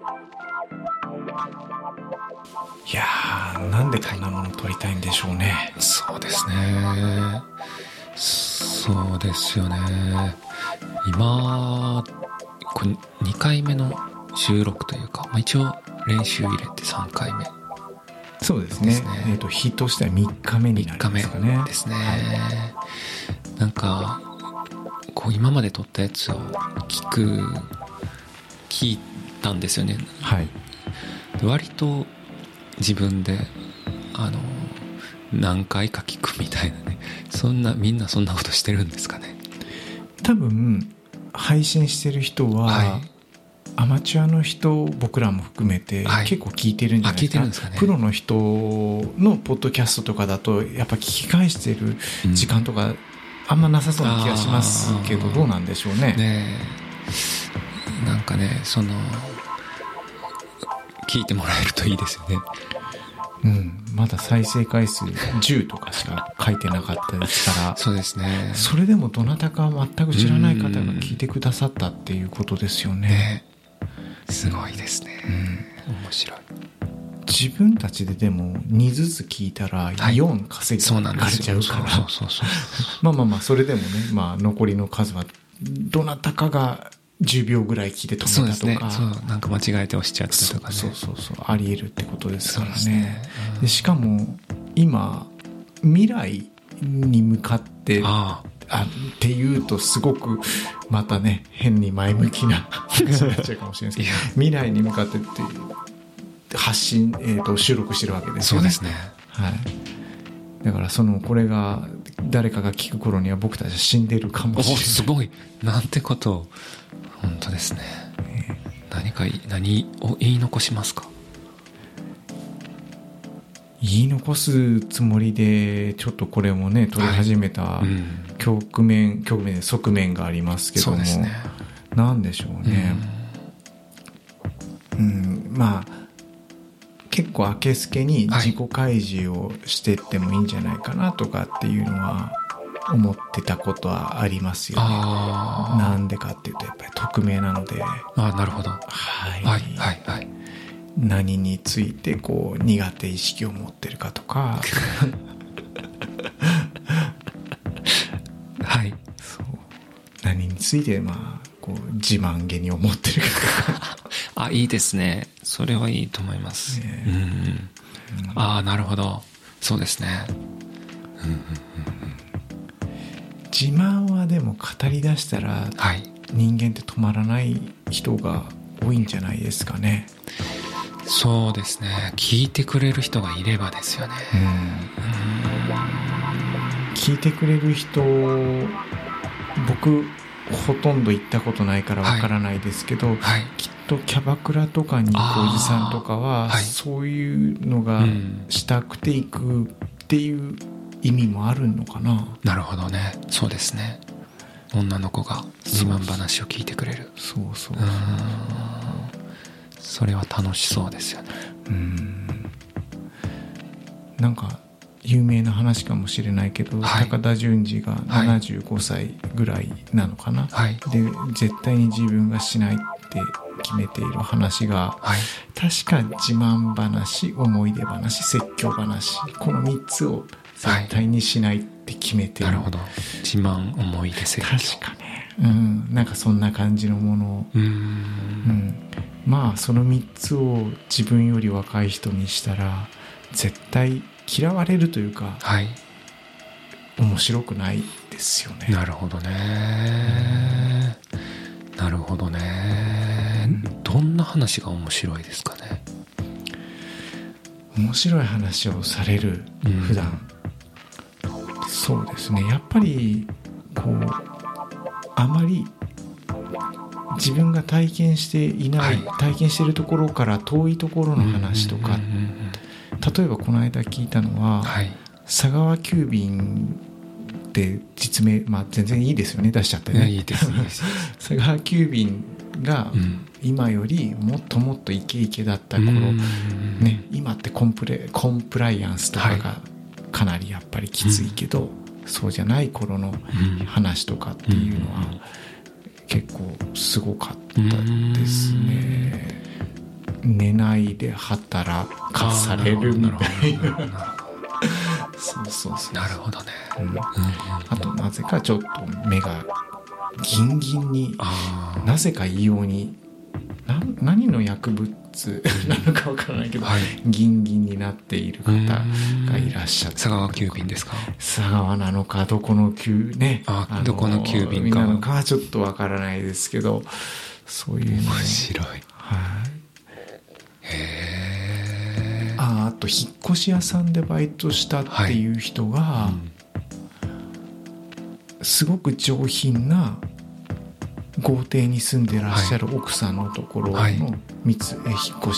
いやー、なんでこんなもの撮りたいんでしょうね。 そうですね。そうですよね。今これ2回目の収録というか、一応練習入れて3回目。 そうですね。日としては3日目になりますかね。 3日目ですね。なんかこう今まで撮ったやつを聞いたんですよね。 はい。 割と自分で何回か聞くみたいなね。みんなそんなことしてるんですかね。 多分配信してる人は、はい、アマチュアの人、僕らも含めて、はい、結構聞いてるんじゃないですか。聞いてるんですかね。プロの人のポッドキャストとかだとやっぱ聞き返してる時間とかあんまなさそうな気がしますけど、どうなんでしょうね。 ねえ、なんかね、聞いてもらえるといいですよね。 うん、まだ再生回数10とかしか書いてなかったですから。 そうですね。 それでもどなたか全く知らない方が聞いてくださったっていうことですよね。 ね、すごいですね。面白い。 自分たちででも2ずつ聞いたら4稼ぎられちゃうから、まあそれでもね、残りの数はどなたかが10秒ぐらい聞いて止めたとか、 そう、なんか間違えて押しちゃったとかね。 そうあり得るってことですからね。でしかも今未来に向かってっていうとすごくまたね、変に前向きな話になっちゃうかもしれないですけど未来に向かってっていう発信、収録してるわけですよね。 そうですね。 はい。だからこれが誰かが聞く頃には僕たちは死んでるかもしれない。 すごい、なんてことを。本当ですね。何を言い残しますか？ 言い残すつもりでちょっとこれもね撮り始めた側面がありますけども、ね、なんでしょうね。結構あけすけに自己開示をしてってもいいんじゃないかなとかっていうのは思ってたことはありますよね。なんでかっていうとやっぱり匿名なので。 なるほど。 はい。何についてこう苦手意識を持ってるかとかはい。 そう。何についてこう自慢げに思ってるかとかいいですね。それはいいと思います。なるほど。そうですね。 自慢はでも語り出したら、人間って止まらない人が多いんじゃないですかね。 そうですね。聞いてくれる人がいればですよね。 聞いてくれる人、僕ほとんど行ったことないからわからないですけど、きっとキャバクラとかに行くおじさんとかは、そういうのがしたくて行くっていう意味もあるのかな。 なるほどね。そうですね。女の子が自慢話を聞いてくれる。 そう。 それは楽しそうですよね。 なんか有名な話かもしれないけど、高田純次が75歳ぐらいなのかな。で絶対に自分がしないって決めている話が、確か自慢話、思い出話、説教話、この3つを絶対にしないって決めてる。 なるほど。自慢、思い出、説教。 確かね。なんかそんな感じのものを。その3つを自分より若い人にしたら絶対嫌われるというか、面白くないですよね。 なるほどね。なるほどね。どんな話が面白いですかね。 面白い話をされる、普段。そうですね。やっぱりこうあまり自分が体験していない、体験しているところから遠いところの話とか、例えばこの間聞いたのは、佐川急便って実名、全然いいですよね、出しちゃってね。 いいです佐川急便が今よりもっともっとイケイケだった頃、今ってコンプライアンスとかがかなりやっぱりきついけど、そうじゃない頃の話とかっていうのは結構すごかったですね。 寝ないで働かされるみたいな。そうそうそう。 なるほどね。 あとなぜかちょっと目がギンギンに、なぜか異様に何の薬物なのかわからないけど、ギンギンになっている方がいらっしゃって、 佐川急便ですか？ 佐川なのかどこの急ね、 どこの急便かなのかはちょっとわからないですけど、そういうの面白い。 あと引っ越し屋さんでバイトしたっていう人が、すごく上品な豪邸に住んでらっしゃる奥さんのところの引っ越し、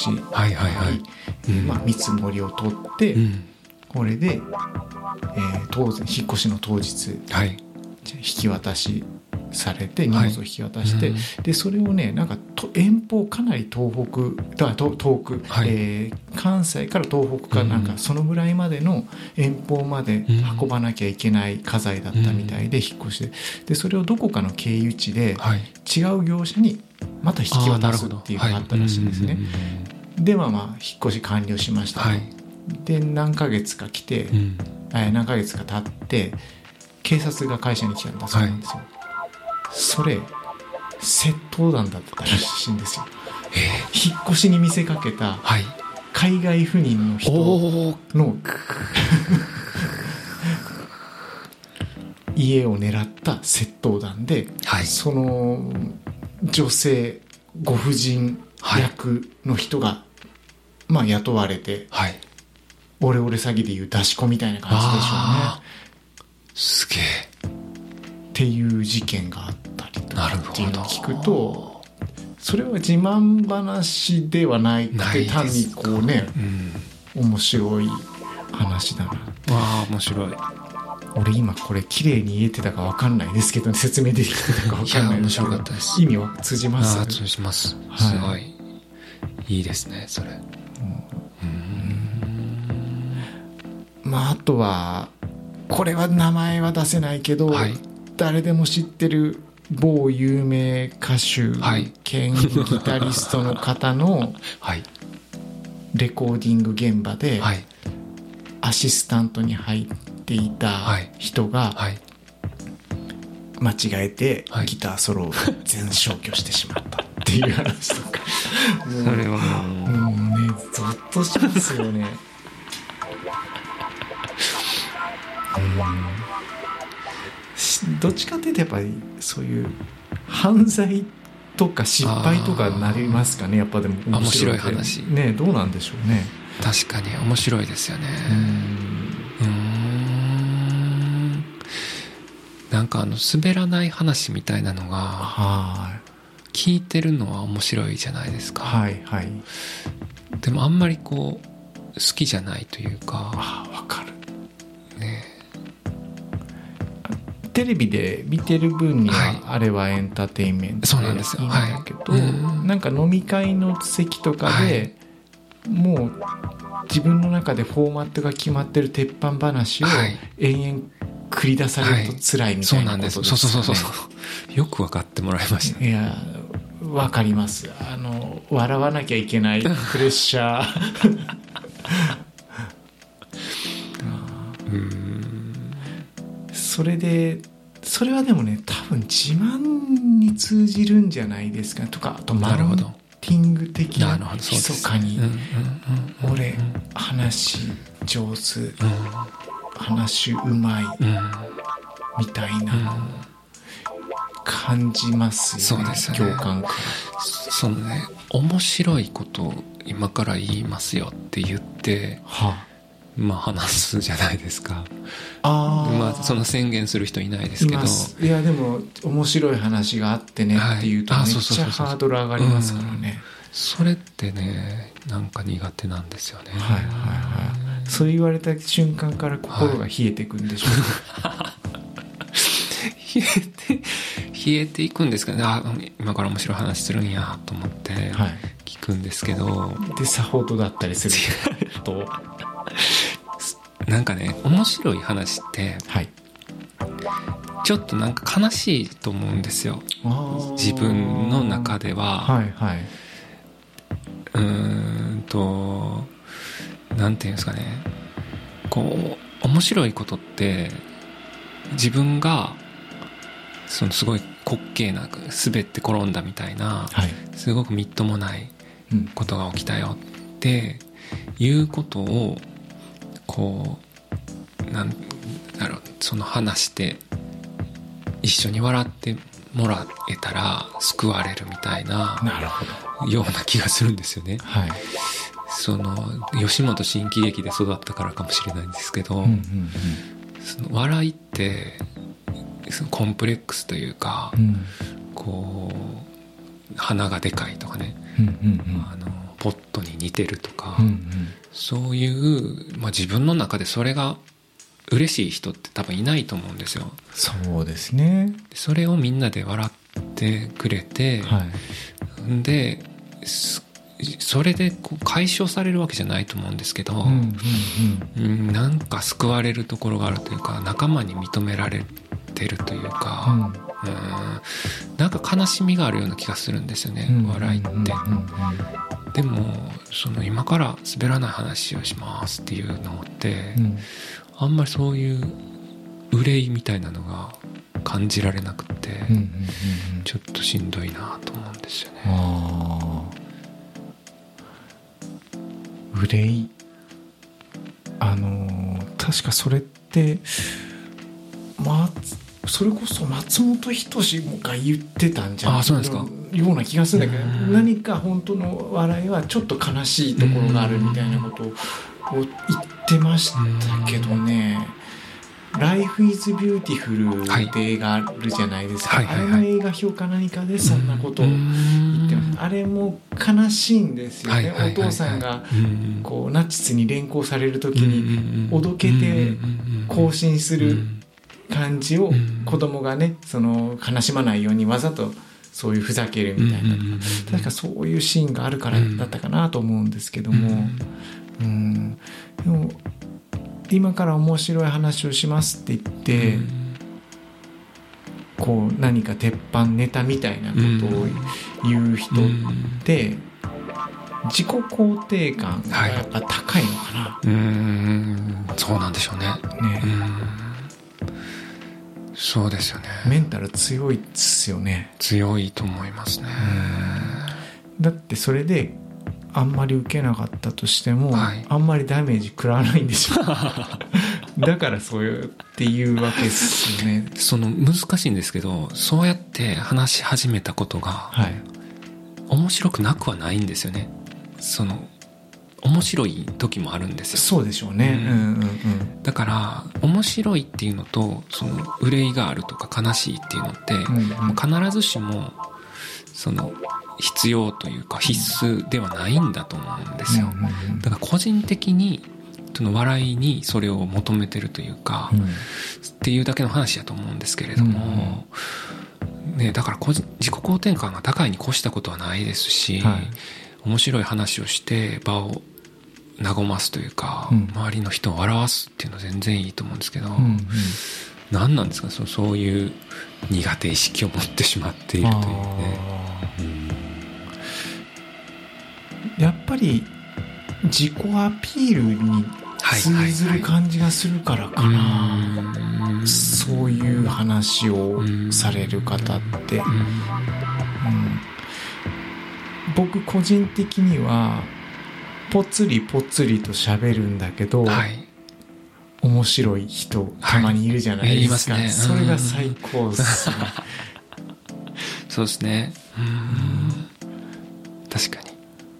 見積もりを取って、これで、当然引っ越しの当日、引き渡しされて、荷物を引き渡して、でそれをね、なんか遠方、かなり遠く、関西から東北かなんかそのぐらいまでの遠方まで運ばなきゃいけない家財だったみたいで、引っ越しでそれをどこかの経由地で違う業者にまた引き渡すっていうのがあったらしいんですね。でまあ引っ越し完了しましたと、で何ヶ月か来て、何ヶ月か経って警察が会社に来たんだそうなんですよ。それ窃盗団だったらしいんですよ。引っ越しに見せかけた海外赴任の人の家を狙った窃盗団で、その女性ご婦人役の人が、まあ雇われて、オレオレ詐欺でいう出し子みたいな感じでしょうね。 すげえっていう事件があったりとかっていうのを聞くと、それは自慢話ではないくて、単にこうね、面白い話だな。 面白い。 俺今これ綺麗に言えてたか分かんないですけど、ね、説明できてたか分かんないですけど、 面白かったです。 意味は通じます？ 通じます。すごいいいですねそれ。まああとはこれは名前は出せないけど、誰でも知ってる某有名歌手兼ギタリストの方のレコーディング現場でアシスタントに入っていた人が間違えてギターソロを全消去してしまったっていう話とか、 それはもうねゾッとしますよね。どっちかというとやっぱりそういう犯罪とか失敗とかになりますかね。やっぱでも面白い話ね、どうなんでしょうね。 確かに面白いですよね。なんか滑らない話みたいなのが聞いてるのは面白いじゃないですか。でもあんまりこう好きじゃないというか。 わかるね。 テレビで見てる分にはあれはエンターテインメントでいいんだけど、なんか飲み会の席とかでもう自分の中でフォーマットが決まってる鉄板話を延々繰り出されると辛いみたいなことですよね。 そうよく分かってもらいましたね。 いや分かります。笑わなきゃいけないプレッシャーそれはでもね、多分自慢に通じるんじゃないですかとか、あとマウンティング的な密かに俺話上手、話うまいみたいな感じますよね。共感からそのね、面白いことを今から言いますよって言って話すじゃないですか。その宣言する人いないですけど、 いやでも面白い話があってねっていうとめっちゃハードル上がりますからね。 それってね、なんか苦手なんですよね。 そう言われた瞬間から心が冷えていくんでしょう冷えていくんですかね。今から面白い話するんやと思って聞くんですけど、 でさほどだったりするとなんかね、面白い話ってちょっとなんか悲しいと思うんですよ。自分の中ではなんていうんですかね、こう面白いことって自分がそのすごい滑稽な滑って転んだみたいな、はい、すごくみっともないことが起きたよっていうことをこうなんだろう、その話して一緒に笑ってもらえたら救われるみたいなような気がするんですよね。はい、その吉本新喜劇で育ったからかもしれないんですけど、うんうんうん、その笑いってそのコンプレックスというか、うん、こう鼻がでかいとかね、うんうんうん、ポットに似てるとか、うんうん、そういう、自分の中でそれが嬉しい人って多分いないと思うんですよ。 そうですね。 それをみんなで笑ってくれて、はい、でそれでこう解消されるわけじゃないと思うんですけど、うんうんうん、なんか救われるところがあるというか、仲間に認められてるというか、なんか悲しみがあるような気がするんですよね、笑いって。でもその今から滑らない話をしますっていうのって、あんまりそういう憂いみたいなのが感じられなくて、ちょっとしんどいなと思うんですよね。 憂い、確かそれってそれこそ松本人志が言ってたんじゃないような気がするんだけど、何か本当の笑いはちょっと悲しいところがあるみたいなことを言ってましたけどね。Life is Beautiful って映画あるじゃないですか、はいはいはい、あれの映画評価何かでそんなことを言ってます。あれも悲しいんですよね、はいはいはいはい、お父さんがこうナチスに連行される時におどけて行進する感じを子供がね、その悲しまないようにわざとそういうふざけるみたいな、確かそういうシーンがあるからだったかなと思うんですけども、でも今から面白い話をしますって言って、こう何か鉄板ネタみたいなことを言う人って自己肯定感がやっぱ高いのかな、 はい、そうなんでしょうね。そうですよね。 メンタル強いですよね。 強いと思いますね。 だってそれであんまり受けなかったとしても、はい、あんまりダメージ食らわないんでしょだからそういうっていうわけですよね。 その難しいんですけど、そうやって話し始めたことが、はい、面白くなくはないんですよね。その面白い時もあるんですよ。 そうでしょうね、 だから面白いっていうのとその憂いがあるとか悲しいっていうのって、必ずしもその必要というか必須ではないんだと思うんですよ。だから個人的にその笑いにそれを求めてるというか、っていうだけの話だと思うんですけれども、ね、だから自己肯定感が高いに越したことはないですし、はい、面白い話をして場を和ますというか、周りの人を笑わすっていうのは全然いいと思うんですけど、何なんですか、そういう苦手意識を持ってしまっているというね。 やっぱり自己アピールに通ずる感じがするからかな、そういう話をされる方って、僕個人的にはぽつりぽつりと喋るんだけど、はい、面白い人たまにいるじゃないですか、はい、それが最高ですねそうですね、確かに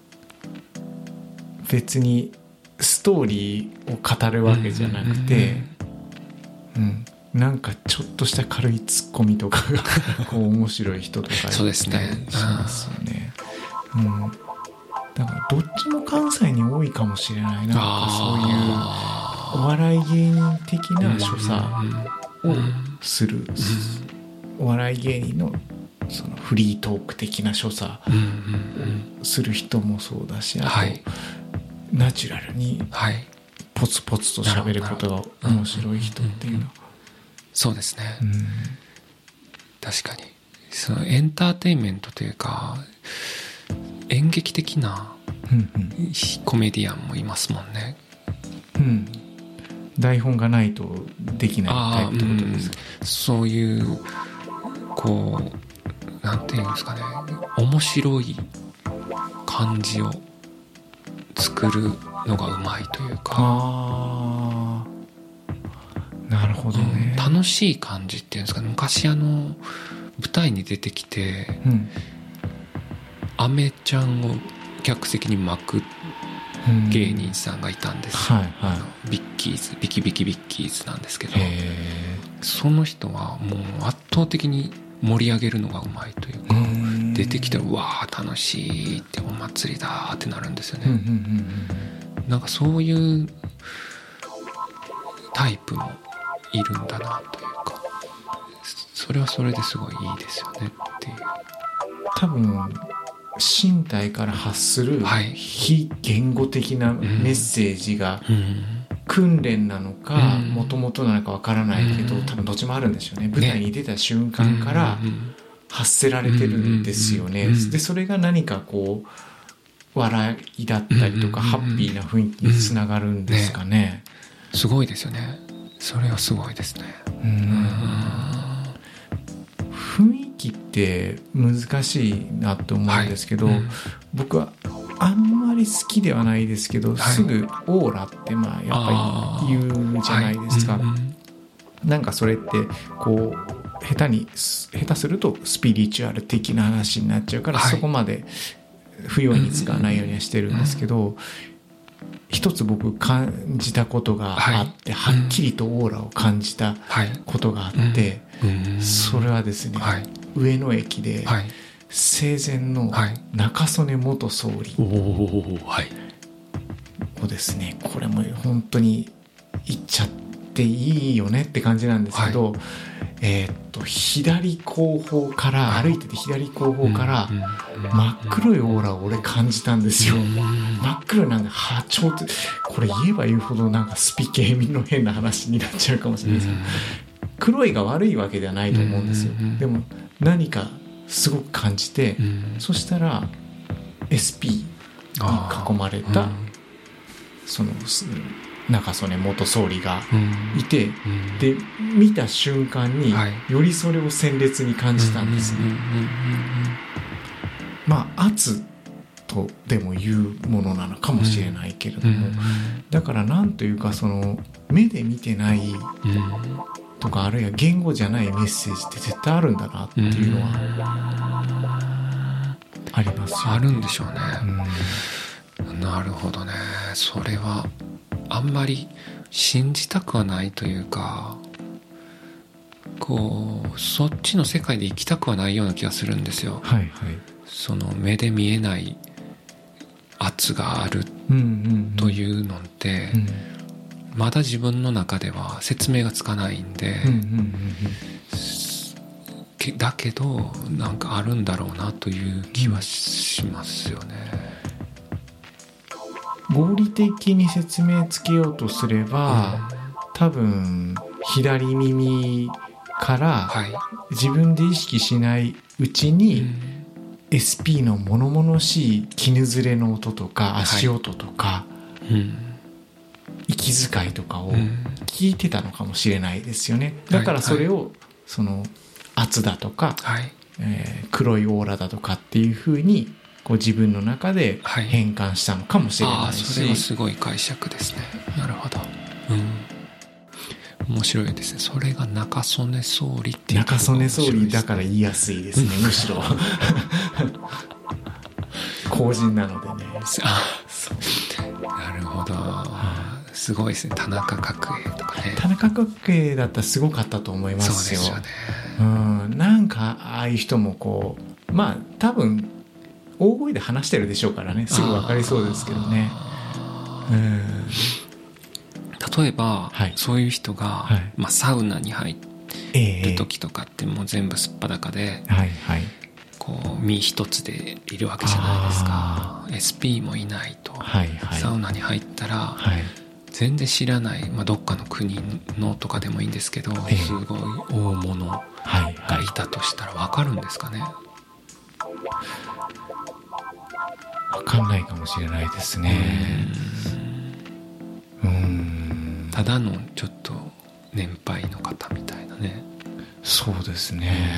別にストーリーを語るわけじゃなくて、なんかちょっとした軽いツッコミとかがこう面白い人とかいたりしますよね。だからどっちも関西に多いかもしれないな。なんかそういうお笑い芸人的な所作をする、お笑い芸人のそのフリートーク的な所作をする人もそうだし、あとナチュラルにポツポツと喋ることが面白い人っていうのは、 そうですね、確かにそのエンターテインメントというか演劇的なコメディアンもいますもんね。 台本がないとできないタイプってことですか？ そういうこうなんていうんですかね、面白い感じを作るのがうまいというか。 なるほどね、 楽しい感じっていうんですかね。昔舞台に出てきて、アメちゃんを客席に巻く芸人さんがいたんですよ、ビッキーズ、ビキビキビッキーズなんですけど、その人はもう圧倒的に盛り上げるのがうまいというか、出てきたらうわー楽しいってお祭りだってなるんですよね。なんかそういうタイプもいるんだなというか、それはそれですごいいいですよねっていう。 多分身体から発する非言語的なメッセージが訓練なのかもともとなのかわからないけど、多分どっちもあるんですよね。舞台に出た瞬間から発せられてるんですよね。でそれが何かこう笑いだったりとかハッピーな雰囲気につながるんですかね。 すごいですよね。それはすごいですね。 雰囲気って難しいなと思うんですけど、僕はあんまり好きではないですけど、すぐオーラってやっぱり言うじゃないですか。なんかそれってこう下手するとスピリチュアル的な話になっちゃうから、そこまで不用意に使わないようにはしてるんですけど、一つ僕感じたことがあって、はっきりとオーラを感じたことがあって、それはですね、上野駅で生前の中曽根元総理をですね、これも本当に言っちゃっていいよねって感じなんですけど、左後方から歩いてて、左後方から真っ黒いオーラを俺感じたんですよ。真っ黒なんで波長って、これ言えば言うほどなんかスピ系の変な話になっちゃうかもしれないですけど、黒いが悪いわけではないと思うんですよ。でも何かすごく感じて、そしたら SP に囲まれたその中曽根元総理がいて、で見た瞬間によりそれを鮮烈に感じたんですね。圧とでも言うものなのかもしれないけれども、だからなんというか、その目で見てないとか、あるいは言語じゃないメッセージって絶対あるんだなっていうのはありますよね。 あるんでしょうね。なるほどね。それはあんまり信じたくはないというか、こうそっちの世界で生きたくはないような気がするんですよ。その目で見えない圧があるというのって、まだ自分の中では説明がつかないんで、だけどなんかあるんだろうなという気はしますよね。 合理的に説明つけようとすれば、多分左耳から自分で意識しないうちに、SP の物々しい絹ずれの音とか足音とか、息遣いとかを聞いてたのかもしれないですよね。だからそれをその圧だとか、黒いオーラだとかっていう風にこう自分の中で変換したのかもしれないし、 それはすごい解釈ですね。なるほど。面白いですね。それが中曽根総理っていう、 中曽根総理だから言いやすいですね。むしろ公人なのでね。 なるほど。すごいですね。田中角栄とかね。 田中角栄だったらすごかったと思いますよ。 そうですよね。 なんかああいう人もこう、多分大声で話してるでしょうからね、すぐ分かりそうですけどね。 例えば、そういう人が、サウナに入る時とかってもう全部すっぱだかで、こう身一つでいるわけじゃないですか。SP もいないと、サウナに入ったら、全然知らない、どっかの国のとかでもいいんですけど、すごい大物がいたとしたら分かるんですかね。 分かんないかもしれないですね。 ただのちょっと年配の方みたいなね。 そうですね。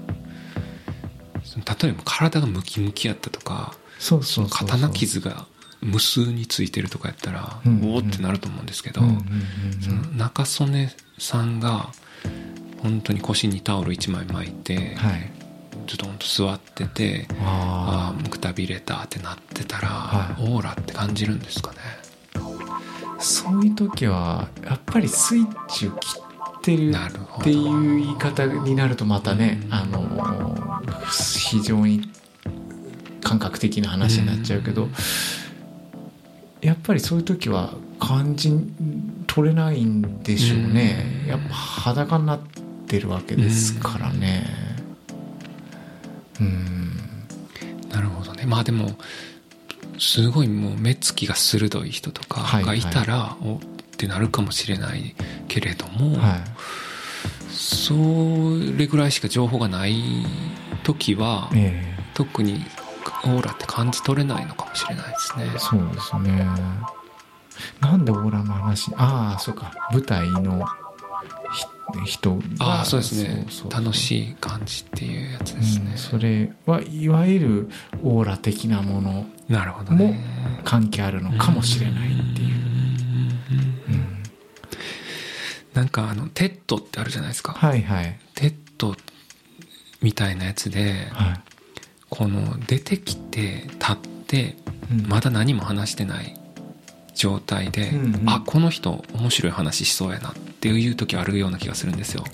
例えば体がムキムキやったとか、 そう刀傷が無数についてるとかやったら、おおってなると思うんですけど、その中曽根さんが本当に腰にタオル1枚巻いて、はい、ちょっと本当座ってて、ああくたびれたってなってたら、はい、オーラって感じるんですかね。 そういう時はやっぱりスイッチを切ってるっていう言い方になるとまたね、非常に感覚的な話になっちゃうけど、やっぱりそういう時は感じ取れないんでしょうね。やっぱ裸になってるわけですからね。 なるほどね。まあでもすごいもう目つきが鋭い人とかがいたら、はいはい、おってなるかもしれないけれども、はい、それぐらいしか情報がない時は、特にオーラって感じ取れないのかもしれないですね。 そうですね。なんでオーラの話、そうか、舞台の人が、 そうですね、楽しい感じっていうやつですね。 それはいわゆるオーラ的なものも関係あるのかもしれないっていう。 なんかテッドってあるじゃないですか。 はいはい。 テッドみたいなやつで、はい、この出てきて立ってまだ何も話してない状態で、この人面白い話しそうやなっていう時あるような気がするんですよ。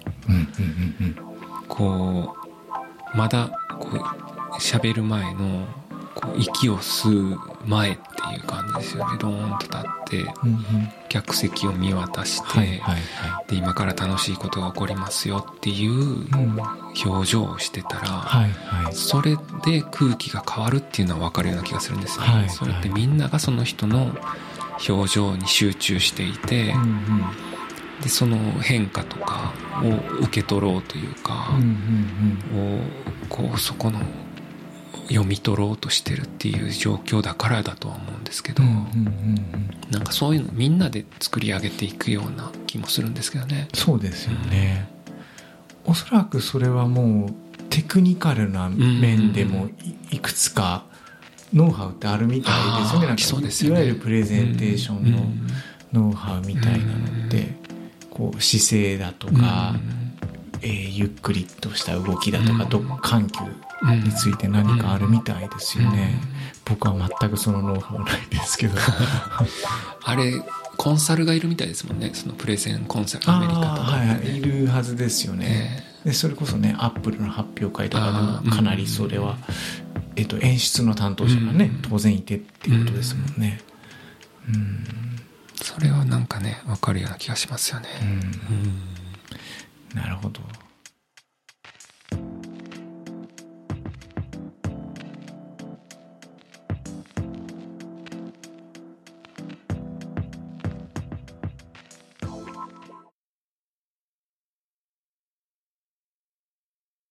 こうまだこう喋る前のこう息を吸う前っていう感じですよね。ドーンと立って客席を見渡して、で今から楽しいことが起こりますよっていう表情をしてたら、それで空気が変わるっていうのは分かるような気がするんですよね。それってみんながその人の表情に集中していて、でその変化とかを受け取ろうというか、こうそこの読み取ろうとしてるっていう状況だからだとは思うんですけど、なんかそういうのみんなで作り上げていくような気もするんですけどね。 そうですよね。おそらくそれはもうテクニカルな面でもいくつかノウハウってあるみたいですよね。なんかいわゆるプレゼンテーションのノウハウみたいなのってこう姿勢だとか、ゆっくりとした動きだとか、緩急について何かあるみたいですよね。僕は全くそのノウハウないですけどあれコンサルがいるみたいですもんね。そのプレゼンコンサル、アメリカとか、 いるはずですよね。でそれこそね、アップルの発表会とかでもかなりそれは、演出の担当者がね、当然いてっていうことですもんね。 それはなんかね分かるような気がしますよね。 なるほど。